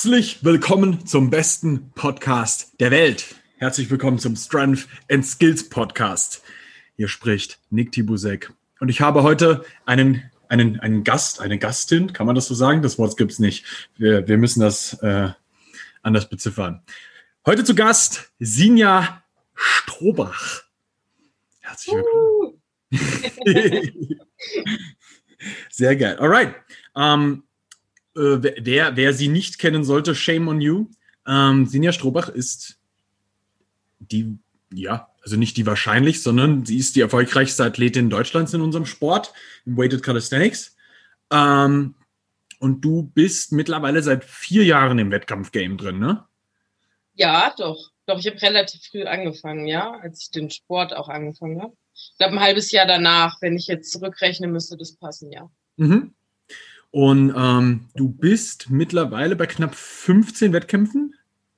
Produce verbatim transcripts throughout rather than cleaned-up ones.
Herzlich willkommen zum besten Podcast der Welt. Herzlich willkommen zum Strength and Skills Podcast. Hier spricht Nick Tibusek. Und ich habe heute einen, einen, einen Gast, eine Gastin, kann man das so sagen? Das Wort gibt es nicht. Wir, wir müssen das äh, anders beziffern. Heute zu Gast Sinja Strobach. Herzlich willkommen. Uh. Sehr geil. Alright. Um, äh, wer, wer sie nicht kennen sollte, shame on you. Ähm, Sinja Strobach ist die, ja, also nicht die wahrscheinlich, sondern sie ist die erfolgreichste Athletin Deutschlands in unserem Sport, im Weighted Calisthenics. Ähm, und du bist mittlerweile seit vier Jahren im Wettkampfgame drin, ne? Ja, doch. Doch, ich habe relativ früh angefangen, ja, als ich den Sport auch angefangen habe. Ich glaube, ein halbes Jahr danach, wenn ich jetzt zurückrechne, müsste das passen, ja. Mhm. Und ähm, du bist mittlerweile bei knapp fünfzehn Wettkämpfen?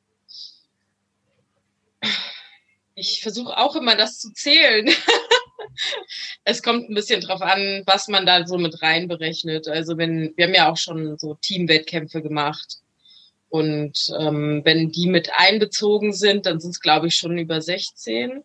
Ich versuche auch immer, das zu zählen. Es kommt ein bisschen drauf an, was man da so mit reinberechnet. Also wenn, wir haben ja auch schon so Teamwettkämpfe gemacht. Und ähm, wenn die mit einbezogen sind, dann sind es, glaube ich, schon über sechzehn.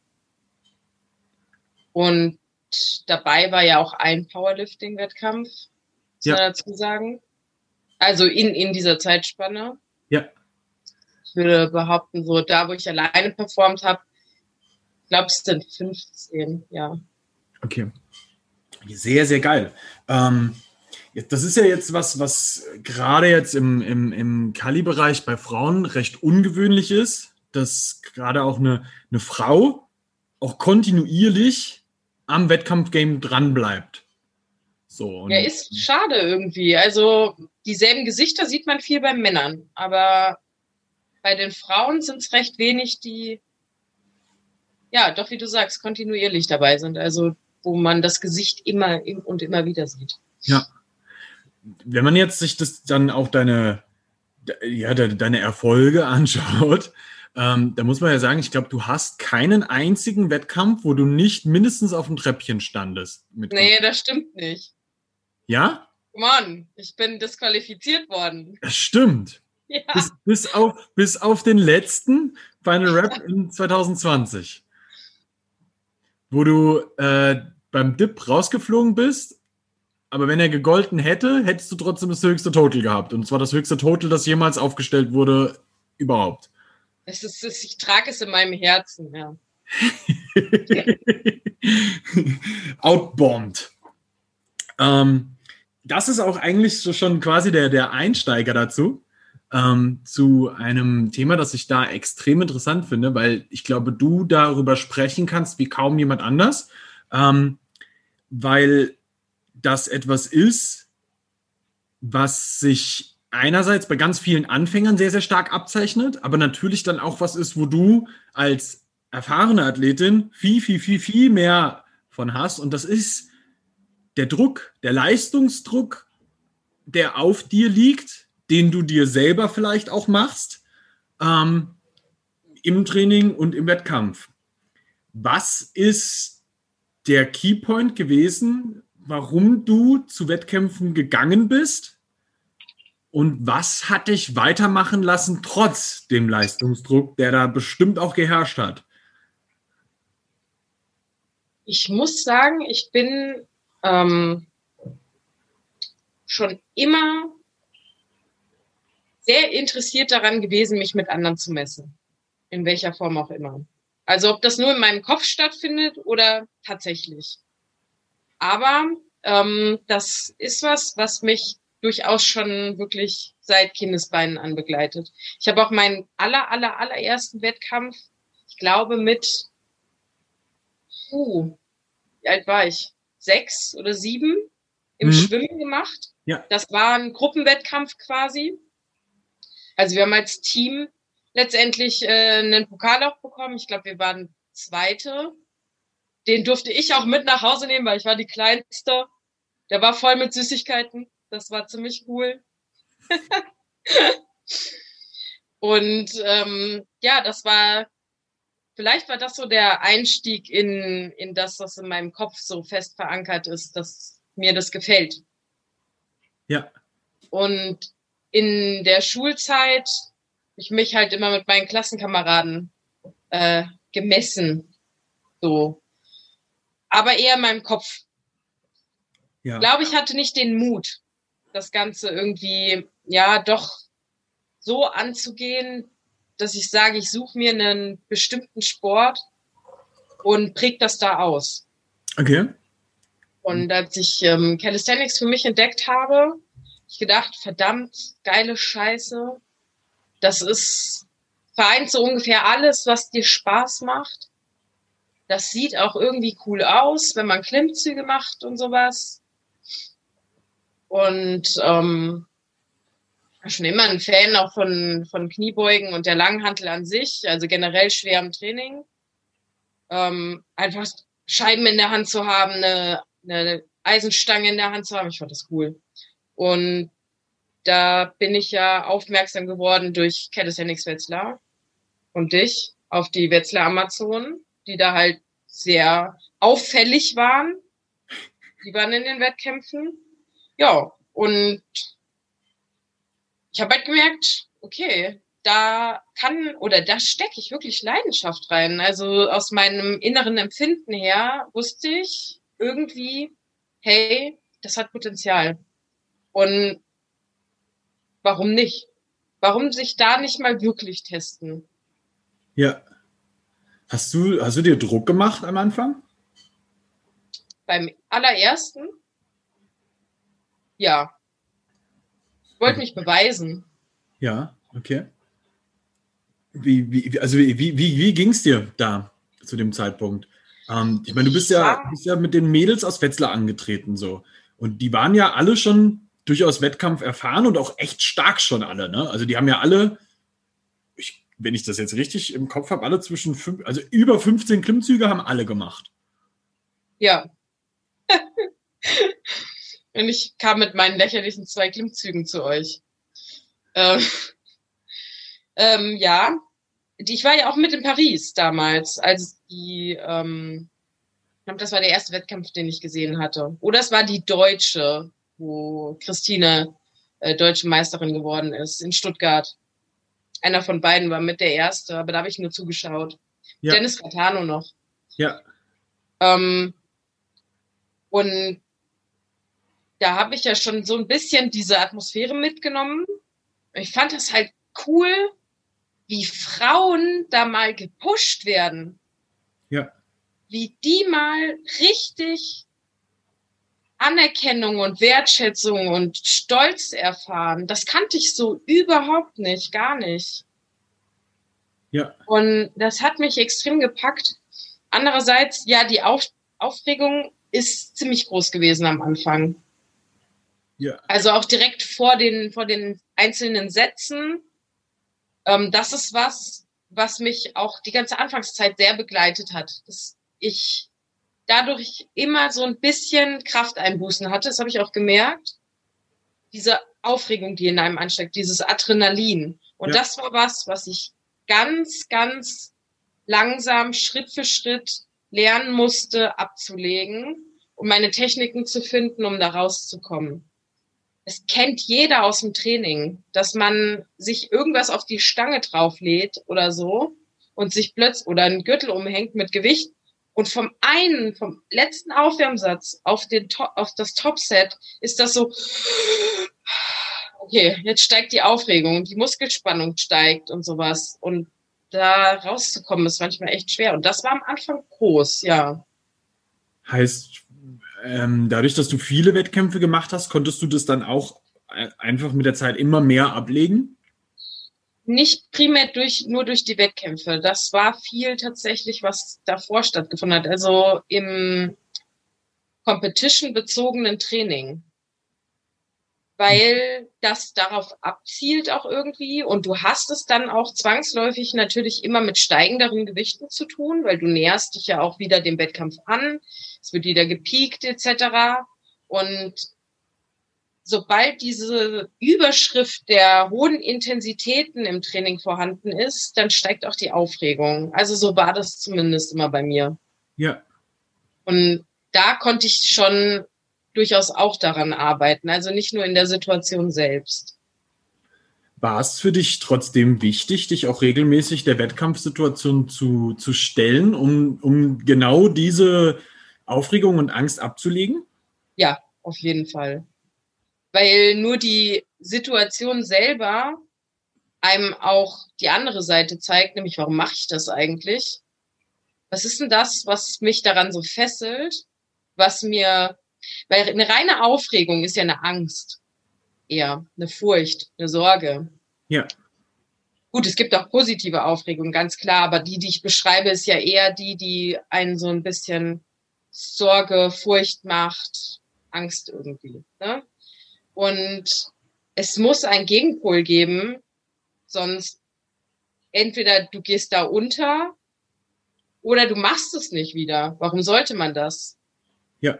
Und dabei war ja auch ein Powerlifting-Wettkampf, muss man dazu sagen. Also in, in dieser Zeitspanne. Ja. Ich würde behaupten, so da, wo ich alleine performt habe, ich glaube, es sind fünfzehn, ja. Okay. Sehr, sehr geil. Ähm, das ist ja jetzt was, was gerade jetzt im, im, im Kali-Bereich bei Frauen recht ungewöhnlich ist, dass gerade auch eine, eine Frau auch kontinuierlich am Wettkampfgame dranbleibt. So, und ja, ist schade irgendwie. Also dieselben Gesichter sieht man viel bei Männern, aber bei den Frauen sind es recht wenig, die, ja, doch wie du sagst, kontinuierlich dabei sind. Also wo man das Gesicht immer und immer wieder sieht. Ja. Wenn man jetzt sich das dann auch deine, ja, deine Erfolge anschaut, ähm, da muss man ja sagen, ich glaube, du hast keinen einzigen Wettkampf, wo du nicht mindestens auf dem Treppchen standest. Mit nee, das stimmt nicht. Ja? Mann, ich bin disqualifiziert worden. Das stimmt. Ja. Bis, bis, auf, bis auf den letzten Final Rap in zwanzig zwanzig. Wo du äh, beim Dip rausgeflogen bist, aber wenn er gegolten hätte, hättest du trotzdem das höchste Total gehabt. Und zwar das höchste Total, das jemals aufgestellt wurde, überhaupt. Es ist, es, ich trage es in meinem Herzen, ja. Outbombed. Ähm, das ist auch eigentlich so schon quasi der, der Einsteiger dazu, ähm, zu einem Thema, das ich da extrem interessant finde, weil ich glaube, du darüber sprechen kannst wie kaum jemand anders, ähm, weil das etwas ist, was sich einerseits bei ganz vielen Anfängern sehr, sehr stark abzeichnet, aber natürlich dann auch was ist, wo du als erfahrene Athletin viel, viel, viel, viel mehr von hast. Und das ist der Druck, der Leistungsdruck, der auf dir liegt, den du dir selber vielleicht auch machst, ähm, im Training und im Wettkampf. Was ist der Keypoint gewesen, warum du zu Wettkämpfen gegangen bist? Und was hat dich weitermachen lassen, trotz dem Leistungsdruck, der da bestimmt auch geherrscht hat? Ich muss sagen, ich bin ähm, schon immer sehr interessiert daran gewesen, mich mit anderen zu messen. In welcher Form auch immer. Also ob das nur in meinem Kopf stattfindet oder tatsächlich. Aber ähm, das ist was, was mich durchaus schon wirklich seit Kindesbeinen an begleitet. Ich habe auch meinen aller, aller, allerersten Wettkampf, ich glaube mit, uh, wie alt war ich? Sechs oder sieben im mhm. Schwimmen gemacht. Ja. Das war ein Gruppenwettkampf quasi. Also wir haben als Team letztendlich äh, einen Pokal auch bekommen. Ich glaube, wir waren Zweite. Den durfte ich auch mit nach Hause nehmen, weil ich war die Kleinste. Der war voll mit Süßigkeiten. Das war ziemlich cool. Und ähm, ja, das war, vielleicht war das so der Einstieg in, in das, was in meinem Kopf so fest verankert ist, dass mir das gefällt. Ja. Und in der Schulzeit ich mich halt immer mit meinen Klassenkameraden äh, gemessen. So. Aber eher in meinem Kopf. Ja. Ich glaube, ich hatte nicht den Mut, das Ganze irgendwie, ja, doch so anzugehen, dass ich sage, ich suche mir einen bestimmten Sport und präge das da aus. Okay. Und als ich ähm, Calisthenics für mich entdeckt habe, ich gedacht, verdammt, geile Scheiße. Das ist vereint so ungefähr alles, was dir Spaß macht. Das sieht auch irgendwie cool aus, wenn man Klimmzüge macht und sowas. Und ähm, schon immer ein Fan auch von, von Kniebeugen und der Langhantel an sich, also generell schwer im Training. Ähm, einfach Scheiben in der Hand zu haben, eine, eine Eisenstange in der Hand zu haben, ich fand das cool. Und da bin ich ja aufmerksam geworden durch Calisthenics Wetzlar und dich auf die Wetzlar Amazonen, die da halt sehr auffällig waren. Die waren in den Wettkämpfen. Ja, und ich habe halt gemerkt, okay, da kann oder da stecke ich wirklich Leidenschaft rein. Also aus meinem inneren Empfinden her wusste ich irgendwie, hey, das hat Potenzial. Und warum nicht? Warum sich da nicht mal wirklich testen? Ja. Hast du, hast du dir Druck gemacht am Anfang? Beim allerersten? Ja. Ich wollte mich beweisen. Ja, okay. Wie, wie, also wie, wie, wie ging es dir da zu dem Zeitpunkt? Ähm, ich meine, du bist ja, bist ja mit den Mädels aus Wetzlar angetreten so. Und die waren ja alle schon durchaus Wettkampf erfahren und auch echt stark schon alle. Ne? Also die haben ja alle, ich, wenn ich das jetzt richtig im Kopf habe, alle zwischen fünf, also über fünfzehn Klimmzüge haben alle gemacht. Ja. Und ich kam mit meinen lächerlichen zwei Klimmzügen zu euch. Ähm, ähm, ja, ich war ja auch mit in Paris damals, als die, ähm, ich glaube, das war der erste Wettkampf, den ich gesehen hatte. Oder es war die deutsche, wo Christine äh, deutsche Meisterin geworden ist, in Stuttgart. Einer von beiden war mit der erste, aber da habe ich nur zugeschaut. Ja. Dennis Catano noch. Ja. Ähm, und da habe ich ja schon so ein bisschen diese Atmosphäre mitgenommen. Ich fand das halt cool, wie Frauen da mal gepusht werden. Ja. Wie die mal richtig Anerkennung und Wertschätzung und Stolz erfahren. Das kannte ich so überhaupt nicht, gar nicht. Ja. Und das hat mich extrem gepackt. Andererseits, ja, die Auf Aufregung ist ziemlich groß gewesen am Anfang. Ja. Also auch direkt vor den, vor den einzelnen Sätzen. Ähm, das ist was, was mich auch die ganze Anfangszeit sehr begleitet hat. Dass ich dadurch immer so ein bisschen Krafteinbußen hatte. Das habe ich auch gemerkt. Diese Aufregung, die in einem ansteckt, dieses Adrenalin. Und Ja. das war was, was ich ganz, ganz langsam, Schritt für Schritt lernen musste, abzulegen, um meine Techniken zu finden, um da rauszukommen. Es kennt jeder aus dem Training, dass man sich irgendwas auf die Stange drauflädt oder so und sich plötzlich oder einen Gürtel umhängt mit Gewicht und vom einen, vom letzten Aufwärmsatz auf den auf das Topset ist das so, okay, jetzt steigt die Aufregung, die Muskelspannung steigt und sowas und da rauszukommen ist manchmal echt schwer und das war am Anfang groß, ja. Heißt, ähm, dadurch, dass du viele Wettkämpfe gemacht hast, konntest du das dann auch einfach mit der Zeit immer mehr ablegen? Nicht primär durch, nur durch die Wettkämpfe. Das war viel tatsächlich, was davor stattgefunden hat. Also im competition-bezogenen Training. Weil das darauf abzielt auch irgendwie. Und du hast es dann auch zwangsläufig natürlich immer mit steigenderen Gewichten zu tun, weil du näherst dich ja auch wieder dem Wettkampf an. Es wird wieder gepiekt et cetera. Und sobald diese Überschrift der hohen Intensitäten im Training vorhanden ist, dann steigt auch die Aufregung. Also so war das zumindest immer bei mir. Ja. Und da konnte ich schon durchaus auch daran arbeiten, also nicht nur in der Situation selbst. war es für dich trotzdem wichtig, dich auch regelmäßig der Wettkampfsituation zu, zu stellen, um, um genau diese Aufregung und Angst abzulegen? Ja, auf jeden Fall. Weil nur die Situation selber einem auch die andere Seite zeigt, nämlich warum mache ich das eigentlich? Was ist denn das, was mich daran so fesselt, was mir, weil eine reine Aufregung ist ja eine Angst, eher eine Furcht, eine Sorge. Ja. Gut, es gibt auch positive Aufregung, ganz klar, aber die, die ich beschreibe, ist ja eher die, die einen so ein bisschen Sorge, Furcht macht, Angst irgendwie, ne? Und es muss einen Gegenpol geben, sonst entweder du gehst da unter oder du machst es nicht wieder. Warum sollte man das? Ja.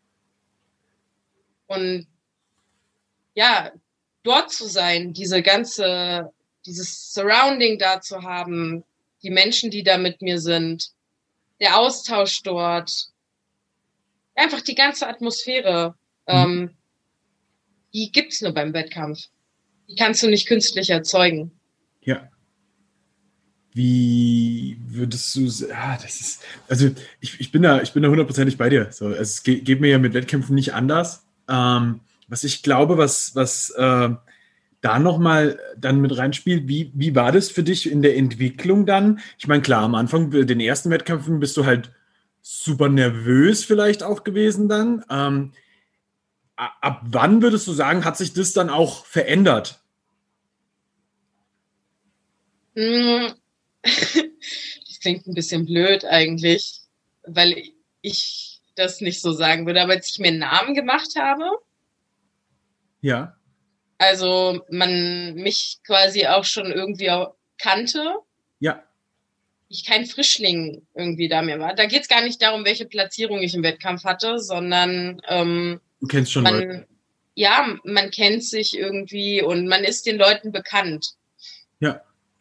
Und ja, dort zu sein, diese ganze, dieses Surrounding da zu haben, die Menschen, die da mit mir sind, der Austausch dort, einfach die ganze Atmosphäre, mhm. ähm, die gibt's nur beim Wettkampf. Die kannst du nicht künstlich erzeugen. Ja. Wie würdest du, ah, das ist, also ich, ich bin da, ich bin da hundertprozentig bei dir. So, es geht, geht mir ja mit Wettkämpfen nicht anders. Ähm, was ich glaube, was, was äh, da nochmal dann mit reinspielt, wie, wie war das für dich in der Entwicklung dann? Ich meine, klar, am Anfang, den ersten Wettkämpfen bist du halt super nervös vielleicht auch gewesen dann. Ähm, ab wann würdest du sagen, hat sich das dann auch verändert? Mm. Das klingt ein bisschen blöd eigentlich, weil ich das nicht so sagen würde. Aber als ich mir einen Namen gemacht habe, ja, also man mich quasi auch schon irgendwie auch kannte, ja, ich kein Frischling irgendwie da mehr war. Da geht es gar nicht darum, welche Platzierung ich im Wettkampf hatte, sondern ähm, du kennst schon man, Leute. Ja, man kennt sich irgendwie und man ist den Leuten bekannt. Ja.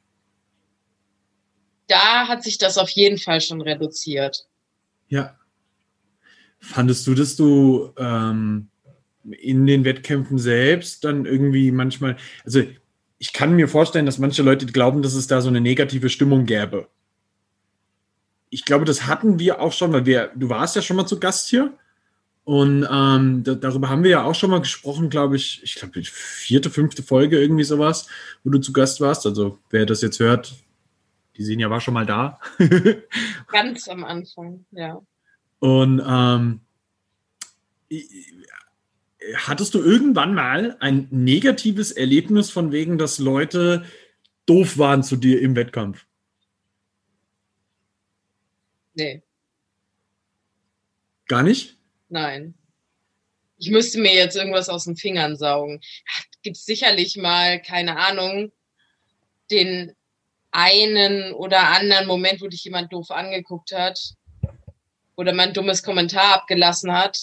Da hat sich das auf jeden Fall schon reduziert. Ja. Fandest du, dass du ähm, in den Wettkämpfen selbst dann irgendwie manchmal, also ich kann mir vorstellen, dass manche Leute glauben, dass es da so eine negative Stimmung gäbe. Ich glaube, das hatten wir auch schon, weil wir, du warst ja schon mal zu Gast hier und ähm, da, darüber haben wir ja auch schon mal gesprochen, glaube ich, ich glaube, die vierte, fünfte Folge irgendwie sowas, wo du zu Gast warst. Also wer das jetzt hört, die sehen ja, war schon mal da. Ganz am Anfang, ja. Und ähm, hattest du irgendwann mal ein negatives Erlebnis von wegen, dass Leute doof waren zu dir im Wettkampf? Nee. Gar nicht? Nein. Ich müsste mir jetzt irgendwas aus den Fingern saugen. Gibt es sicherlich mal, keine Ahnung, den einen oder anderen Moment, wo dich jemand doof angeguckt hat oder mal ein dummes Kommentar abgelassen hat,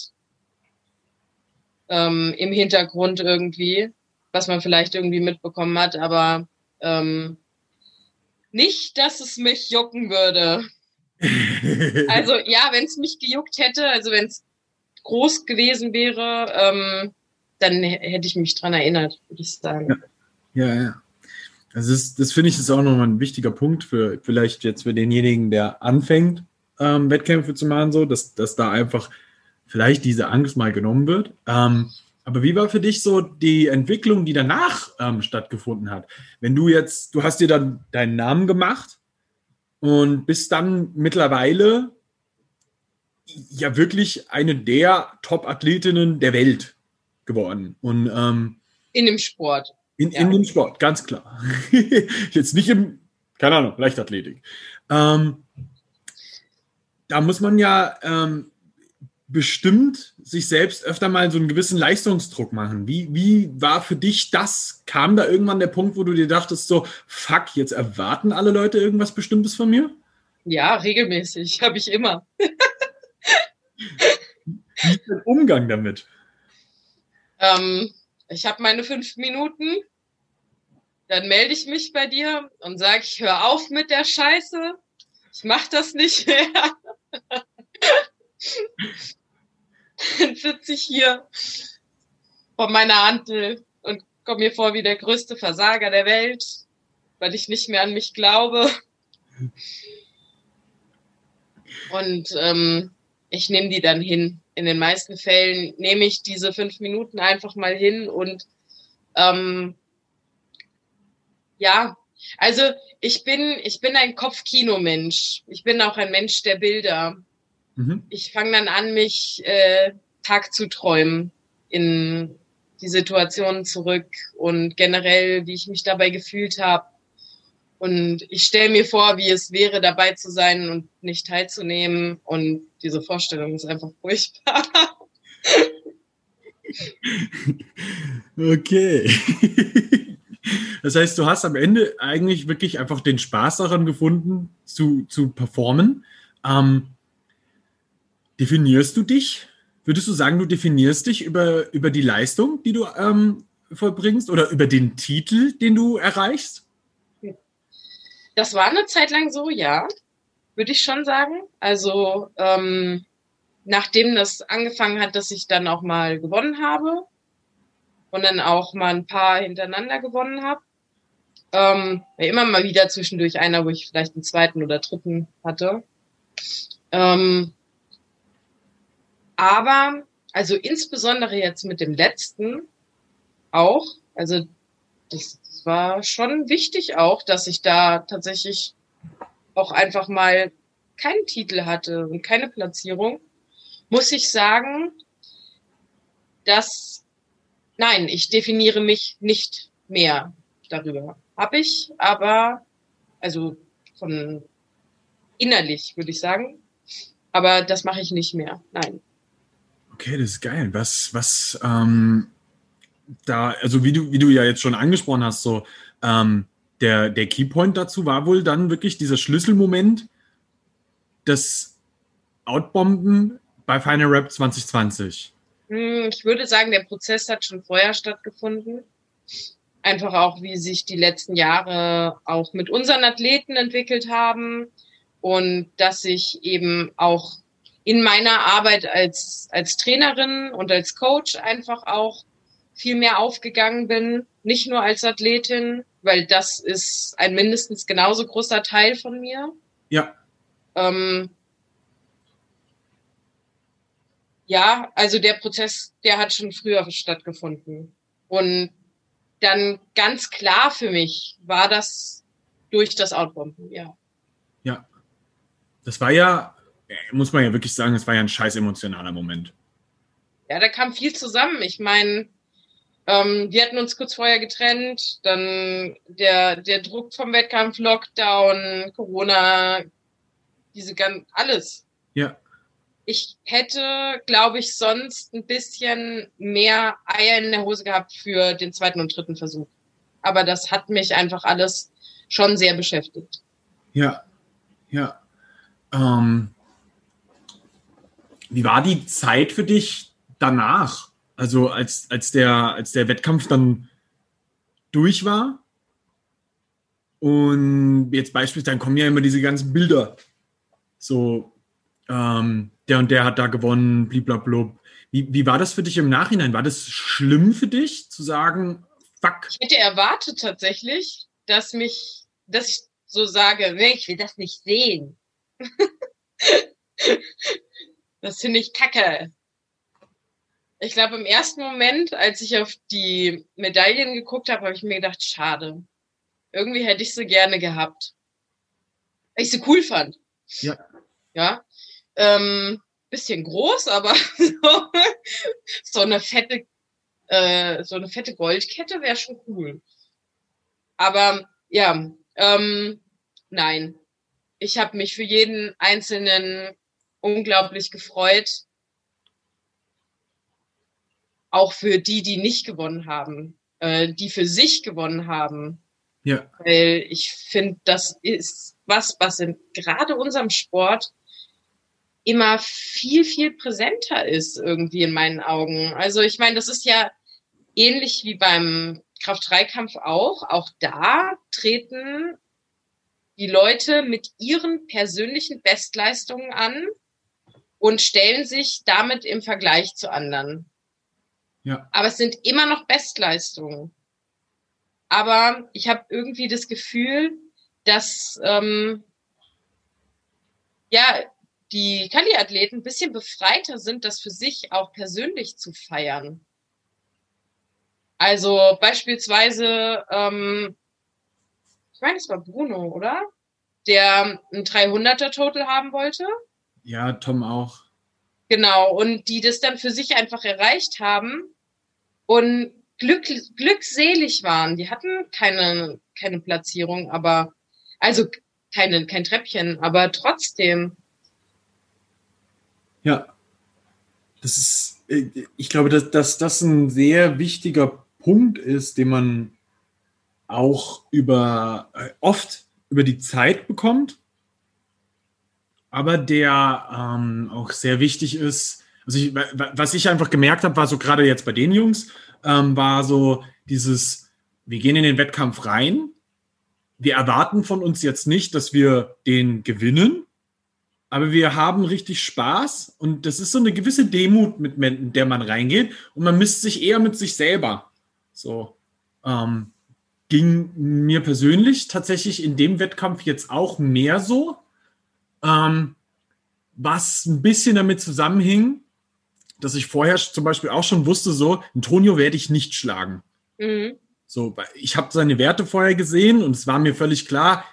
ähm, im Hintergrund irgendwie, was man vielleicht irgendwie mitbekommen hat, aber ähm, nicht, dass es mich jucken würde. Also ja, wenn es mich gejuckt hätte, also wenn es groß gewesen wäre, ähm, dann hätte ich mich dran erinnert, würde ich sagen. Ja, ja. ja. Also das, das finde ich ist auch nochmal ein wichtiger Punkt für vielleicht jetzt für denjenigen, der anfängt, ähm, Wettkämpfe zu machen, so, dass, dass da einfach vielleicht diese Angst mal genommen wird. Ähm, aber wie war für dich so die Entwicklung, die danach ähm, stattgefunden hat? Wenn du jetzt, du hast dir dann deinen Namen gemacht und bist dann mittlerweile ja wirklich eine der Top-Athletinnen der Welt geworden. Und ähm, in dem Sport. In, ja. in dem Sport, ganz klar. Jetzt nicht im, keine Ahnung, Leichtathletik. Ähm, da muss man ja ähm, bestimmt sich selbst öfter mal so einen gewissen Leistungsdruck machen. Wie, wie war für dich das? Kam da irgendwann der Punkt, wo du dir dachtest, so, fuck, jetzt erwarten alle Leute irgendwas Bestimmtes von mir? Ja, regelmäßig, habe ich immer. Wie ist dein Umgang damit? Ähm, ich habe meine fünf Minuten, dann melde ich mich bei dir und sage, ich höre auf mit der Scheiße. Ich mache das nicht mehr. Dann sitze ich hier vor meiner Hantel und komme mir vor wie der größte Versager der Welt, weil ich nicht mehr an mich glaube. Und ähm, ich nehme die dann hin. In den meisten Fällen nehme ich diese fünf Minuten einfach mal hin und ähm, ja, also ich bin ich bin ein Kopfkino-Mensch. Ich bin auch ein Mensch der Bilder. Mhm. Ich fange dann an, mich äh, Tag zu träumen in die Situation zurück und generell, wie ich mich dabei gefühlt habe. Und ich stelle mir vor, wie es wäre, dabei zu sein und nicht teilzunehmen. Und diese Vorstellung ist einfach furchtbar. Okay. Das heißt, du hast am Ende eigentlich wirklich einfach den Spaß daran gefunden, zu, zu performen. Ähm, definierst du dich? Würdest du sagen, du definierst dich über, über die Leistung, die du ähm, vollbringst oder über den Titel, den du erreichst? Das war eine Zeit lang so, ja, würde ich schon sagen. Also ähm, nachdem das angefangen hat, dass ich dann auch mal gewonnen habe und dann auch mal ein paar hintereinander gewonnen habe, ähm, immer mal wieder zwischendurch einer, wo ich vielleicht einen zweiten oder dritten hatte. Ähm, aber, also insbesondere jetzt mit dem letzten auch, also das, das war schon wichtig auch, dass ich da tatsächlich auch einfach mal keinen Titel hatte und keine Platzierung, muss ich sagen, dass, nein, ich definiere mich nicht mehr darüber. Hab ich, aber, also von innerlich, würde ich sagen, aber das mache ich nicht mehr, nein. Okay, das ist geil. Was, was, ähm, da, also wie du, wie du ja jetzt schon angesprochen hast, so, ähm, der, der Keypoint dazu war wohl dann wirklich dieser Schlüsselmoment, das Outbomben bei Final Rap zwanzig zwanzig. Ich würde sagen, der Prozess hat schon vorher stattgefunden. Einfach auch, wie sich die letzten Jahre auch mit unseren Athleten entwickelt haben und dass ich eben auch in meiner Arbeit als, als Trainerin und als Coach einfach auch viel mehr aufgegangen bin, nicht nur als Athletin, weil das ist ein mindestens genauso großer Teil von mir. Ja. Ähm, ja, also der Prozess, der hat schon früher stattgefunden. Und dann ganz klar für mich war das durch das Outbomben, ja. Ja. Das war ja, muss man ja wirklich sagen, das war ja ein scheiß emotionaler Moment. Ja, da kam viel zusammen. Ich meine, ähm, wir hatten uns kurz vorher getrennt, dann der, der Druck vom Wettkampf, Lockdown, Corona, diese ganz, alles. Ja. Ich hätte, glaube ich, sonst ein bisschen mehr Eier in der Hose gehabt für den zweiten und dritten Versuch. Aber das hat mich einfach alles schon sehr beschäftigt. Ja. Ja. Ähm, wie war die Zeit für dich danach? Also als, als, der, als der Wettkampf dann durch war und jetzt beispielsweise, dann kommen ja immer diese ganzen Bilder. So, ähm, der und der hat da gewonnen, bliblablub. Wie, wie war das für dich im Nachhinein? War das schlimm für dich zu sagen, fuck? Ich hätte erwartet tatsächlich, dass mich, dass ich so sage, nee, ich will das nicht sehen. Das finde ich kacke. Ich glaube, im ersten Moment, als ich auf die Medaillen geguckt habe, habe ich mir gedacht, schade. Irgendwie hätte ich sie gerne gehabt. Weil ich sie cool fand. Ja. Ja. Ähm, bisschen groß, aber so, so eine fette, äh, so eine fette Goldkette wäre schon cool. Aber ja, ähm, nein. Ich habe mich für jeden Einzelnen unglaublich gefreut. Auch für die, die nicht gewonnen haben, äh, die für sich gewonnen haben. Ja. Weil ich finde, das ist was, was in gerade unserem Sport immer viel, viel präsenter ist irgendwie in meinen Augen. Also ich meine, das ist ja ähnlich wie beim Kraft-drei-Kampf auch. Auch da treten die Leute mit ihren persönlichen Bestleistungen an und stellen sich damit im Vergleich zu anderen. Ja. Aber es sind immer noch Bestleistungen. Aber ich habe irgendwie das Gefühl, dass ähm, ja die Kali-Athleten ein bisschen befreiter sind, das für sich auch persönlich zu feiern. Also beispielsweise, ähm, ich meine, es war Bruno, oder? Der ein dreihunderter Total haben wollte. Ja, Tom auch. Genau, und die das dann für sich einfach erreicht haben und glück, glückselig waren. Die hatten keine, keine Platzierung, aber, also keine, kein Treppchen, aber trotzdem. Ja, das ist, ich glaube, dass, dass das ein sehr wichtiger Punkt ist, den man auch über oft über die Zeit bekommt, aber der ähm, auch sehr wichtig ist. Also ich, was ich einfach gemerkt habe, war so gerade jetzt bei den Jungs, ähm, war so dieses, wir gehen in den Wettkampf rein, wir erwarten von uns jetzt nicht, dass wir den gewinnen, aber wir haben richtig Spaß und das ist so eine gewisse Demut, mit der man reingeht und man misst sich eher mit sich selber. So ähm, ging mir persönlich tatsächlich in dem Wettkampf jetzt auch mehr so, ähm, was ein bisschen damit zusammenhing, dass ich vorher zum Beispiel auch schon wusste, so, Antonio werde ich nicht schlagen. Mhm. So, ich habe seine Werte vorher gesehen und es war mir völlig klar,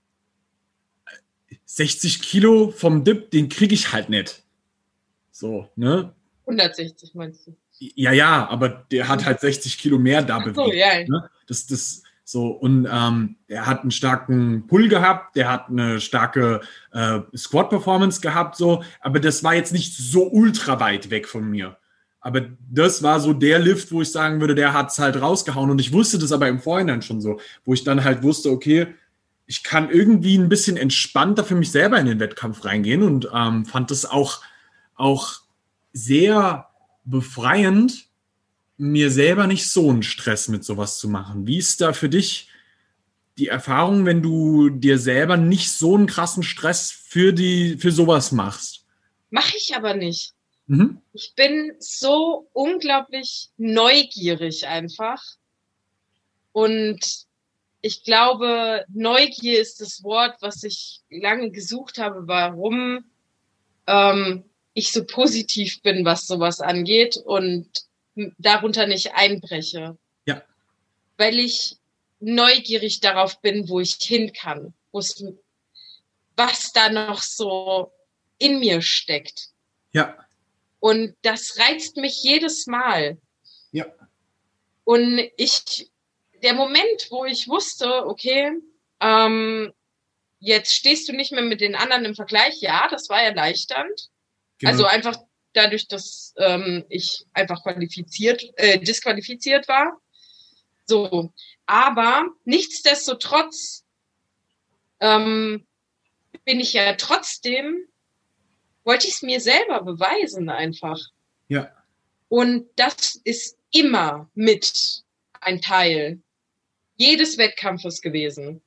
sechzig Kilo vom Dip, den kriege ich halt nicht. So, ne? hundertsechzig meinst du? Ja, ja, aber der hat halt sechzig Kilo mehr da bewegt. So, ja. Ne? Das, das, so, und ähm, er hat einen starken Pull gehabt, der hat eine starke äh, Squat-Performance gehabt, so, aber das war jetzt nicht so ultra weit weg von mir. Aber das war so der Lift, wo ich sagen würde, der hat es halt rausgehauen. Und ich wusste das aber im Vorhinein schon so, wo ich dann halt wusste, okay, ich kann irgendwie ein bisschen entspannter für mich selber in den Wettkampf reingehen und ähm, fand das auch, auch sehr befreiend, mir selber nicht so einen Stress mit sowas zu machen. Wie ist da für dich die Erfahrung, wenn du dir selber nicht so einen krassen Stress für, die, für sowas machst? Mache ich aber nicht. Mhm. Ich bin so unglaublich neugierig einfach. Und ich glaube, Neugier ist das Wort, was ich lange gesucht habe, warum ähm, ich so positiv bin, was sowas angeht und darunter nicht einbreche. Ja. Weil ich neugierig darauf bin, wo ich hin kann, was da noch so in mir steckt. Ja. Und das reizt mich jedes Mal. Ja. Und ich, der Moment, wo ich wusste, okay, ähm, jetzt stehst du nicht mehr mit den anderen im Vergleich, ja, das war erleichternd. Genau. Also einfach dadurch, dass ähm, ich einfach qualifiziert, äh, disqualifiziert war. So, aber nichtsdestotrotz ähm, bin ich ja trotzdem, wollte ich es mir selber beweisen einfach. Ja. Und das ist immer mit ein Teil jedes Wettkampfes gewesen.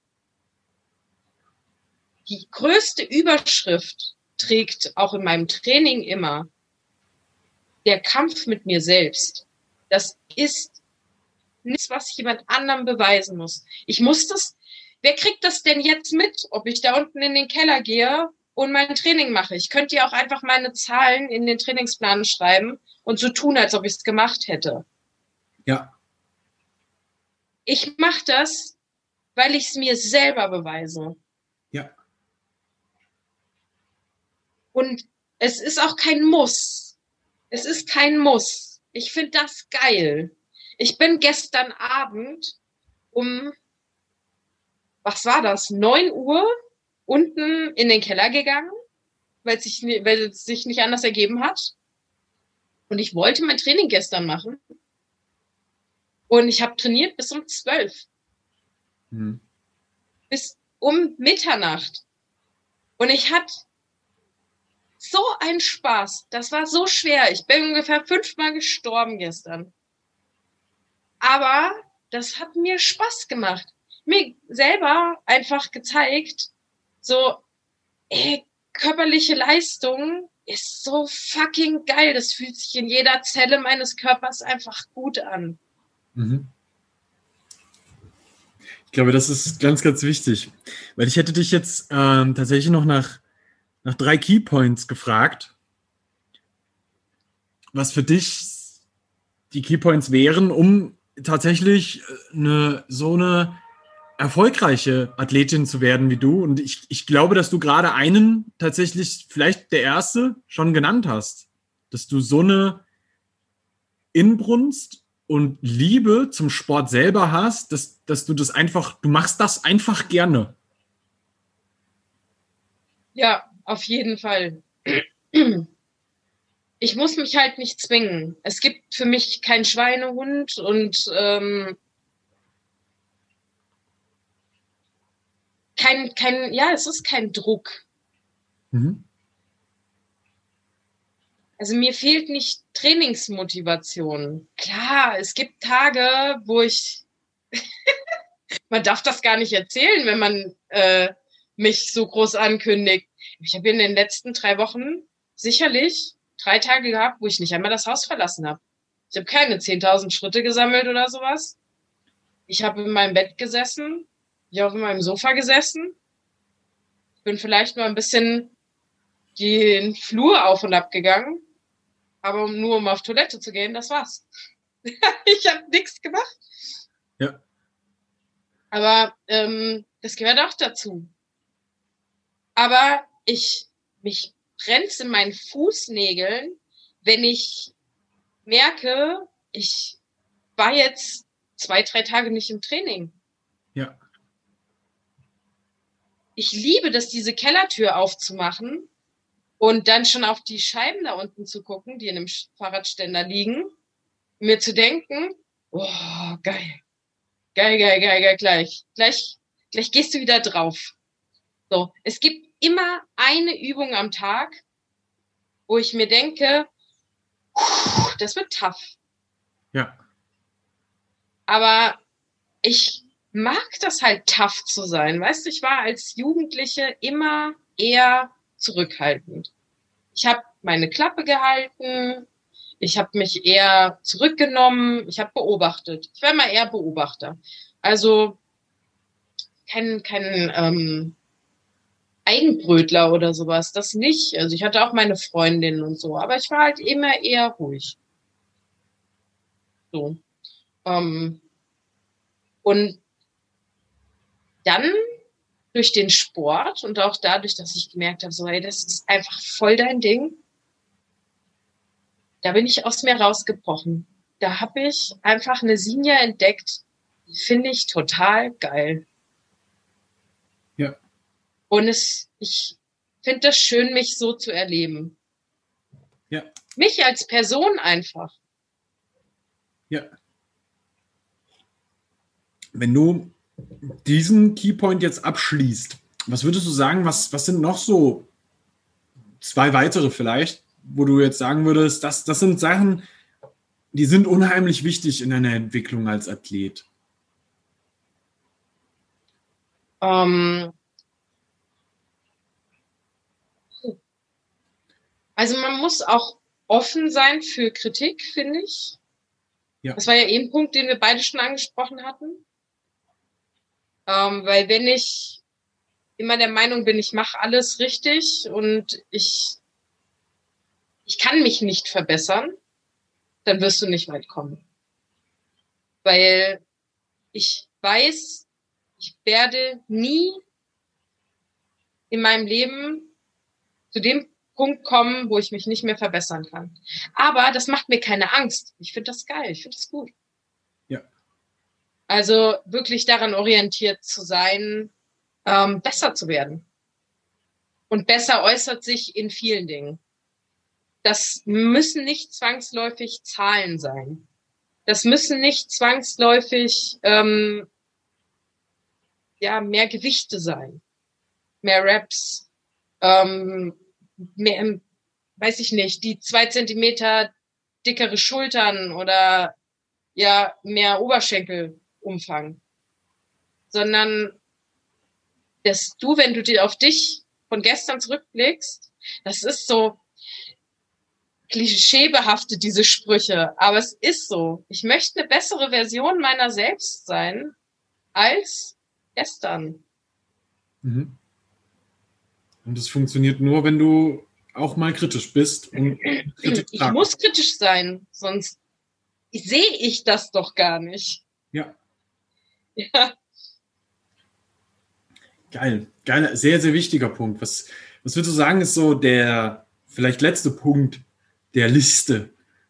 Die größte Überschrift trägt auch in meinem Training immer der Kampf mit mir selbst. Das ist nichts, was ich jemand anderem beweisen muss. Ich muss das, wer kriegt das denn jetzt mit, ob ich da unten in den Keller gehe und mein Training mache? Ich könnte ja auch einfach meine Zahlen in den Trainingsplan schreiben und so tun, als ob ich es gemacht hätte. Ja. Ich mache das, weil ich es mir selber beweise. Ja. Und es ist auch kein Muss. Es ist kein Muss. Ich finde das geil. Ich bin gestern Abend um, was war das, neun Uhr unten in den Keller gegangen, weil es sich, weil es sich nicht anders ergeben hat. Und ich wollte mein Training gestern machen. Und ich habe trainiert bis um zwölf. Mhm. Bis um Mitternacht. Und ich hatte so einen Spaß. Das war so schwer. Ich bin ungefähr fünfmal gestorben gestern. Aber das hat mir Spaß gemacht. Mir selber einfach gezeigt, so, ey, körperliche Leistung ist so fucking geil. Das fühlt sich in jeder Zelle meines Körpers einfach gut an. Mhm. Ich glaube, das ist ganz, ganz wichtig. Weil ich hätte dich jetzt ähm, tatsächlich noch nach, nach drei Keypoints gefragt, was für dich die Keypoints wären, um tatsächlich eine, so eine erfolgreiche Athletin zu werden wie du. Und ich, ich glaube, dass du gerade einen tatsächlich, vielleicht der erste, schon genannt hast. Dass du so eine Inbrunst und Liebe zum Sport selber hast, dass, dass du das einfach, du machst das einfach gerne. Ja, auf jeden Fall. Ich muss mich halt nicht zwingen. Es gibt für mich keinen Schweinehund und ähm, kein, kein, ja, es ist kein Druck. Mhm. Also mir fehlt nicht Trainingsmotivation. Klar, es gibt Tage, wo ich, man darf das gar nicht erzählen, wenn man äh, mich so groß ankündigt. Ich habe in den letzten drei Wochen sicherlich drei Tage gehabt, wo ich nicht einmal das Haus verlassen habe. Ich habe keine zehntausend Schritte gesammelt oder sowas. Ich habe in meinem Bett gesessen, ich habe auf meinem Sofa gesessen. Ich bin vielleicht mal ein bisschen den Flur auf und ab gegangen, aber nur um auf Toilette zu gehen, das war's. Ich habe nichts gemacht. Ja. Aber ähm, das gehört auch dazu. Aber ich, mich brennt's in meinen Fußnägeln, wenn ich merke, ich war jetzt zwei, drei Tage nicht im Training. Ja. Ich liebe das, diese Kellertür aufzumachen und dann schon auf die Scheiben da unten zu gucken, die in einem Fahrradständer liegen, mir zu denken, oh, geil, geil, geil, geil, geil, gleich, gleich, gleich gehst du wieder drauf. So, es gibt immer eine Übung am Tag, wo ich mir denke, das wird tough. Ja. Aber ich mag das halt tough zu sein. Weißt du, ich war als Jugendliche immer eher zurückhaltend. Ich habe meine Klappe gehalten, ich habe mich eher zurückgenommen, ich habe beobachtet. Ich war immer eher Beobachter. Also kein, kein ähm, Eigenbrötler oder sowas, das nicht. Also ich hatte auch meine Freundinnen und so, aber ich war halt immer eher ruhig. So. Ähm, und dann durch den Sport und auch dadurch, dass ich gemerkt habe, so, ey, das ist einfach voll dein Ding, da bin ich aus mir rausgebrochen. Da habe ich einfach eine Sinja entdeckt, die finde ich total geil. Ja. Und es, ich finde das schön, mich so zu erleben. Ja. Mich als Person einfach. Ja. Wenn du diesen Keypoint jetzt abschließt, was würdest du sagen, was, was sind noch so zwei weitere vielleicht, wo du jetzt sagen würdest, das, das sind Sachen, die sind unheimlich wichtig in deiner Entwicklung als Athlet? Ähm, also man muss auch offen sein für Kritik, finde ich. Ja. Das war ja eben ein Punkt, den wir beide schon angesprochen hatten. Ähm, weil wenn ich immer der Meinung bin, ich mache alles richtig und ich, ich kann mich nicht verbessern, dann wirst du nicht weit kommen. Weil ich weiß, ich werde nie in meinem Leben zu dem Punkt kommen, wo ich mich nicht mehr verbessern kann. Aber das macht mir keine Angst. Ich finde das geil, ich finde das gut. Ja. Also wirklich daran orientiert zu sein, ähm, besser zu werden. Und besser äußert sich in vielen Dingen. Das müssen nicht zwangsläufig Zahlen sein. Das müssen nicht zwangsläufig ähm, ja mehr Gewichte sein, mehr Reps, ähm, mehr, weiß ich nicht, die zwei Zentimeter dickere Schultern oder ja mehr Oberschenkelumfang, sondern dass du, wenn du dir auf dich von gestern zurückblickst, das ist so klischeebehaftet, diese Sprüche, aber es ist so. Ich möchte eine bessere Version meiner selbst sein als gestern. Mhm. Und das funktioniert nur, wenn du auch mal kritisch bist. Und kritisch ich muss kritisch sein, sonst sehe ich das doch gar nicht. Ja. Ja. Geil, geil, sehr, sehr wichtiger Punkt. Was, was würdest du sagen, ist so der vielleicht letzte Punkt der Liste?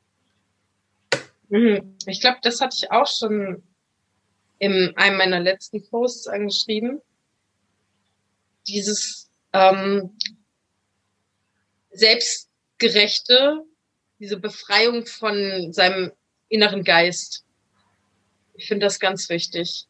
Ich glaube, das hatte ich auch schon in einem meiner letzten Posts angeschrieben. Dieses ähm, selbstgerechte, diese Befreiung von seinem inneren Geist. Ich finde das ganz wichtig.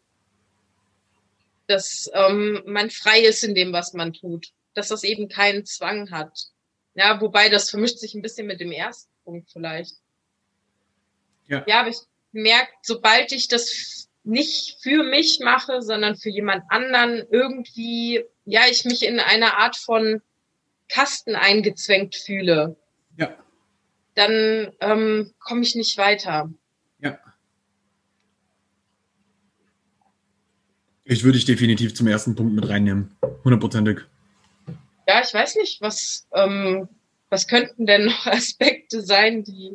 Dass ähm, man frei ist in dem, was man tut. Dass das eben keinen Zwang hat. Ja, wobei das vermischt sich ein bisschen mit dem ersten Punkt vielleicht. Ja, ja aber ich merke, sobald ich das nicht für mich mache, sondern für jemand anderen irgendwie, ja, ich mich in einer Art von Kasten eingezwängt fühle, ja, dann ähm, komme ich nicht weiter. ja. Ich würde dich definitiv zum ersten Punkt mit reinnehmen. Hundertprozentig. Ja, ich weiß nicht, was, ähm, was könnten denn noch Aspekte sein, die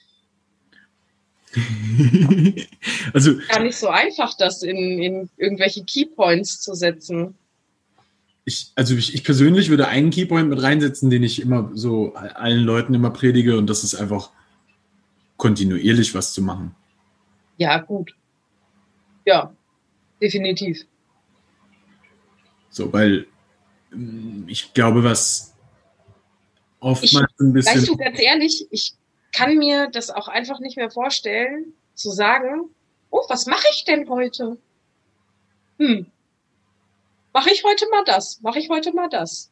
also gar nicht so einfach, das in, in irgendwelche Keypoints zu setzen. Ich, also ich, ich persönlich würde einen Keypoint mit reinsetzen, den ich immer so allen Leuten immer predige, und das ist einfach kontinuierlich was zu machen. Ja, gut. Ja, definitiv. So, weil ich glaube, was oftmals ich, ein bisschen... Weißt du, ganz ehrlich, ich kann mir das auch einfach nicht mehr vorstellen, zu sagen, oh, was mache ich denn heute? Hm, mache ich heute mal das? Mache ich heute mal das?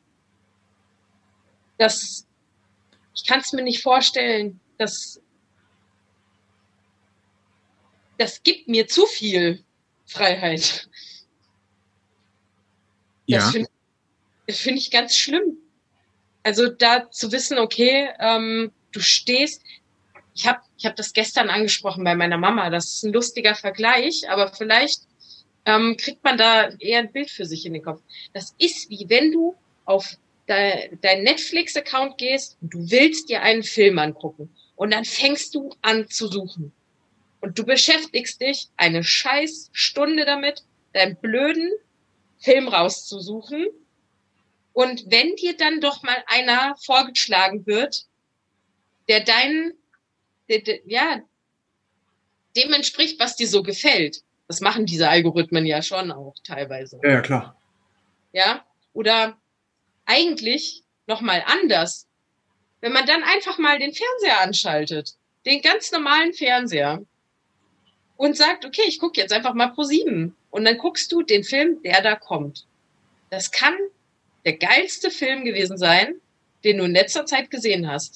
Das, ich kann es mir nicht vorstellen. Das, das gibt mir zu viel Freiheit. Ja. Das finde find ich ganz schlimm. Also da zu wissen, okay, ähm, du stehst, ich habe ich hab das gestern angesprochen bei meiner Mama, das ist ein lustiger Vergleich, aber vielleicht ähm, kriegt man da eher ein Bild für sich in den Kopf. Das ist wie wenn du auf de, deinen Netflix-Account gehst und du willst dir einen Film angucken und dann fängst du an zu suchen. Und du beschäftigst dich eine scheiß Stunde damit, deinen blöden Film rauszusuchen. Und wenn dir dann doch mal einer vorgeschlagen wird, der deinen, der, der, ja, dem entspricht, was dir so gefällt. Das machen diese Algorithmen ja schon auch teilweise. Ja, ja, klar. Ja, oder eigentlich noch mal anders. Wenn man dann einfach mal den Fernseher anschaltet, den ganz normalen Fernseher, und sagt, okay, ich gucke jetzt einfach mal ProSieben. Und dann guckst du den Film, der da kommt. Das kann der geilste Film gewesen sein, den du in letzter Zeit gesehen hast.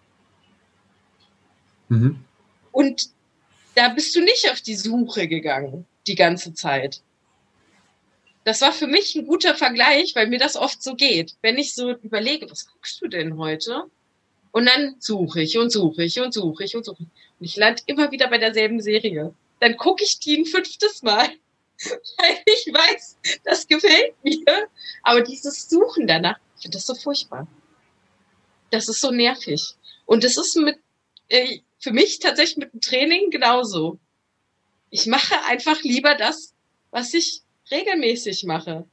Mhm. Und da bist du nicht auf die Suche gegangen, die ganze Zeit. Das war für mich ein guter Vergleich, weil mir das oft so geht. Wenn ich so überlege, was guckst du denn heute? Und dann suche ich und suche ich und suche ich und suche ich. Und ich lande immer wieder bei derselben Serie. Dann gucke ich die ein fünftes Mal. Weil ich weiß, das gefällt mir. Aber dieses Suchen danach, ich finde das so furchtbar. Das ist so nervig. Und das ist mit, äh, für mich tatsächlich mit dem Training genauso. Ich mache einfach lieber das, was ich regelmäßig mache.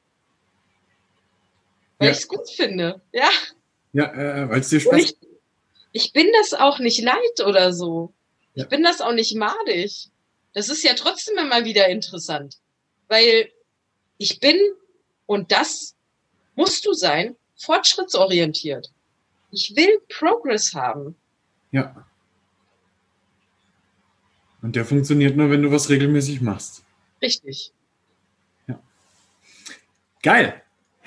Weil Ja. ich es gut finde. Ja. Ja, äh, weil es dir Spaß ich, ich bin das auch nicht leid oder so. Ja. Ich bin das auch nicht madig. Das ist ja trotzdem immer wieder interessant. Weil ich bin, und das musst du sein, fortschrittsorientiert. Ich will Progress haben. Ja. Und der funktioniert nur, wenn du was regelmäßig machst. Richtig. Ja. Geil.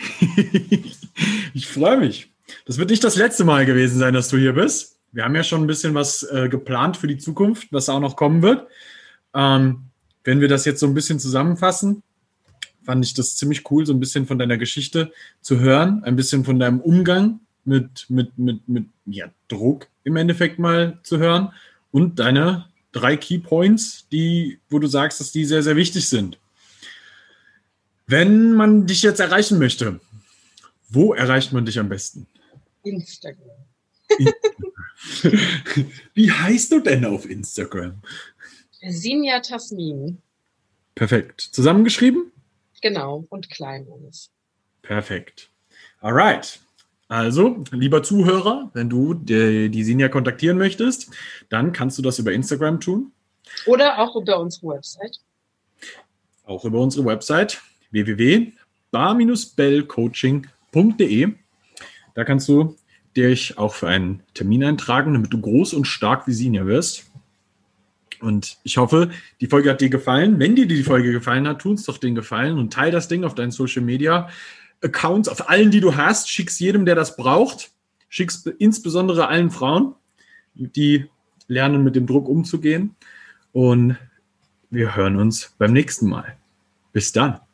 Ich freue mich. Das wird nicht das letzte Mal gewesen sein, dass du hier bist. Wir haben ja schon ein bisschen was äh, geplant für die Zukunft, was auch noch kommen wird. Ähm, wenn wir das jetzt so ein bisschen zusammenfassen, fand ich das ziemlich cool, so ein bisschen von deiner Geschichte zu hören, ein bisschen von deinem Umgang mit, mit, mit, mit ja, Druck im Endeffekt mal zu hören und deine drei Key Points, die, wo du sagst, dass die sehr, sehr wichtig sind. Wenn man dich jetzt erreichen möchte, wo erreicht man dich am besten? Instagram. Wie heißt du denn auf Instagram? Sinja Tasmin. Perfekt. Zusammengeschrieben? Genau. Und klein alles. Perfekt. Alright. Also, lieber Zuhörer, wenn du die, die Sinja kontaktieren möchtest, dann kannst du das über Instagram tun. Oder auch über unsere Website. Auch über unsere Website w w w punkt bar bell coaching punkt d e. Da kannst du dich auch für einen Termin eintragen, damit du groß und stark wie Sinja wirst. Und ich hoffe, die Folge hat dir gefallen. Wenn dir die Folge gefallen hat, tu uns doch den Gefallen und teile das Ding auf deinen Social Media Accounts, auf allen, die du hast. Schick's jedem, der das braucht. Schick's insbesondere allen Frauen, die lernen, mit dem Druck umzugehen. Und wir hören uns beim nächsten Mal. Bis dann.